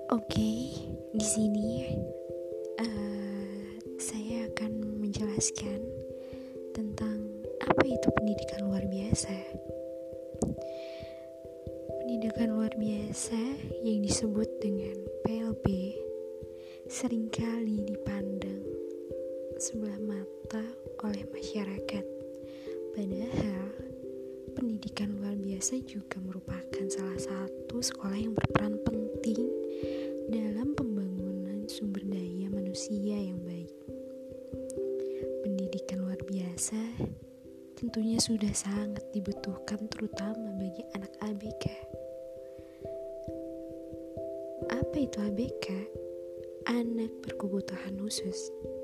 Oke, di sini saya akan menjelaskan tentang apa itu pendidikan luar biasa. Pendidikan luar biasa yang disebut dengan PLB seringkali dipandang sebelah mata oleh masyarakat. Padahal pendidikan luar biasa juga merupakan salah satu sekolah yang berperan penting dalam pembangunan sumber daya manusia yang baik. Pendidikan luar biasa tentunya sudah sangat dibutuhkan terutama bagi anak ABK. Apa itu ABK? Anak berkebutuhan khusus.